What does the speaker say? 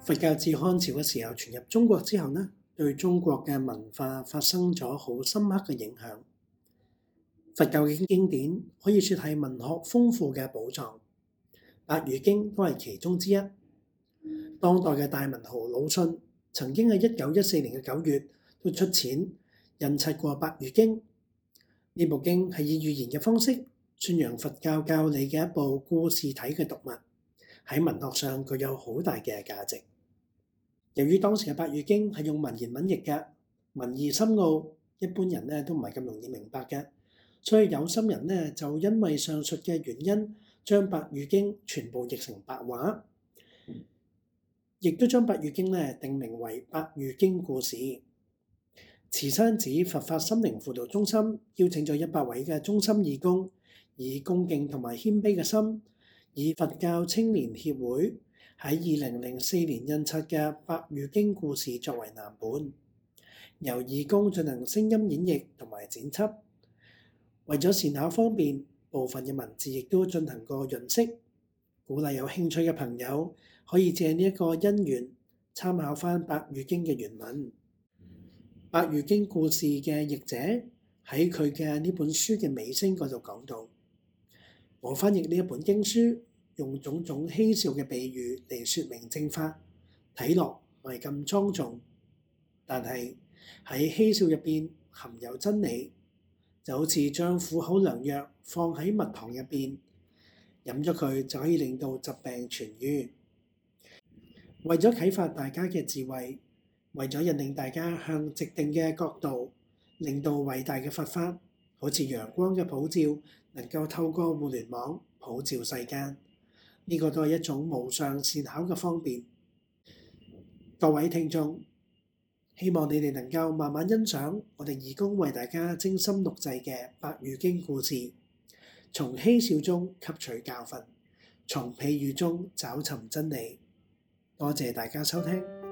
佛教自漢朝嘅時候傳入中國之後呢，對中國嘅文化發生咗好深刻嘅影響。佛教嘅經典可以說係文學豐富嘅寶藏，《百餘經》都係其中之一。當代嘅大文豪魯迅曾經喺1914年嘅9月都出錢印刷過《百餘經》。呢部經係以寓言嘅方式宣揚佛教教理嘅一部故事體嘅讀物，喺文學上具有好大嘅價值。由於當時嘅《百餘經》係用文言文譯嘅，文意深奧，一般人呢都唔係咁容易明白嘅，所以有心人呢就因為上述嘅原因，將《百餘經》全部譯成白話，亦都將《百餘經》呢定名為《百餘經故事》。慈山寺佛法心靈輔導中心邀請咗100位嘅忠心義工，以恭敬同埋謙卑嘅心，以佛教青年協會喺2004年印刷嘅《百餘經故事》作為藍本，由義工進行聲音演繹同埋剪輯。為咗善巧方便，部分嘅文字亦都進行過潤色，鼓勵有興趣嘅朋友可以借呢一個因緣參考翻《百餘經》嘅原文。《百餘經故事》嘅譯者喺佢嘅呢本書嘅尾聲嗰度講到：我翻譯呢一本經書，用種種嬉笑嘅比喻嚟說明正法，睇落唔係咁莊重，但係喺嬉笑入邊含有真理，就好似將苦口良藥放喺蜜糖入邊，飲咗佢就可以令到疾病痊癒。為咗啟發大家嘅智慧，為咗引領大家向直定嘅角度，令到偉大嘅佛法好似陽光嘅普照，能夠透過互聯網普照世間，呢個都係一種無上善巧嘅方便。各位聽眾，希望你哋能夠慢慢欣賞我哋義工為大家精心錄製嘅《百餘經故事》，從嬉笑中吸取教訓，從譬喻中找尋真理。多謝大家收聽。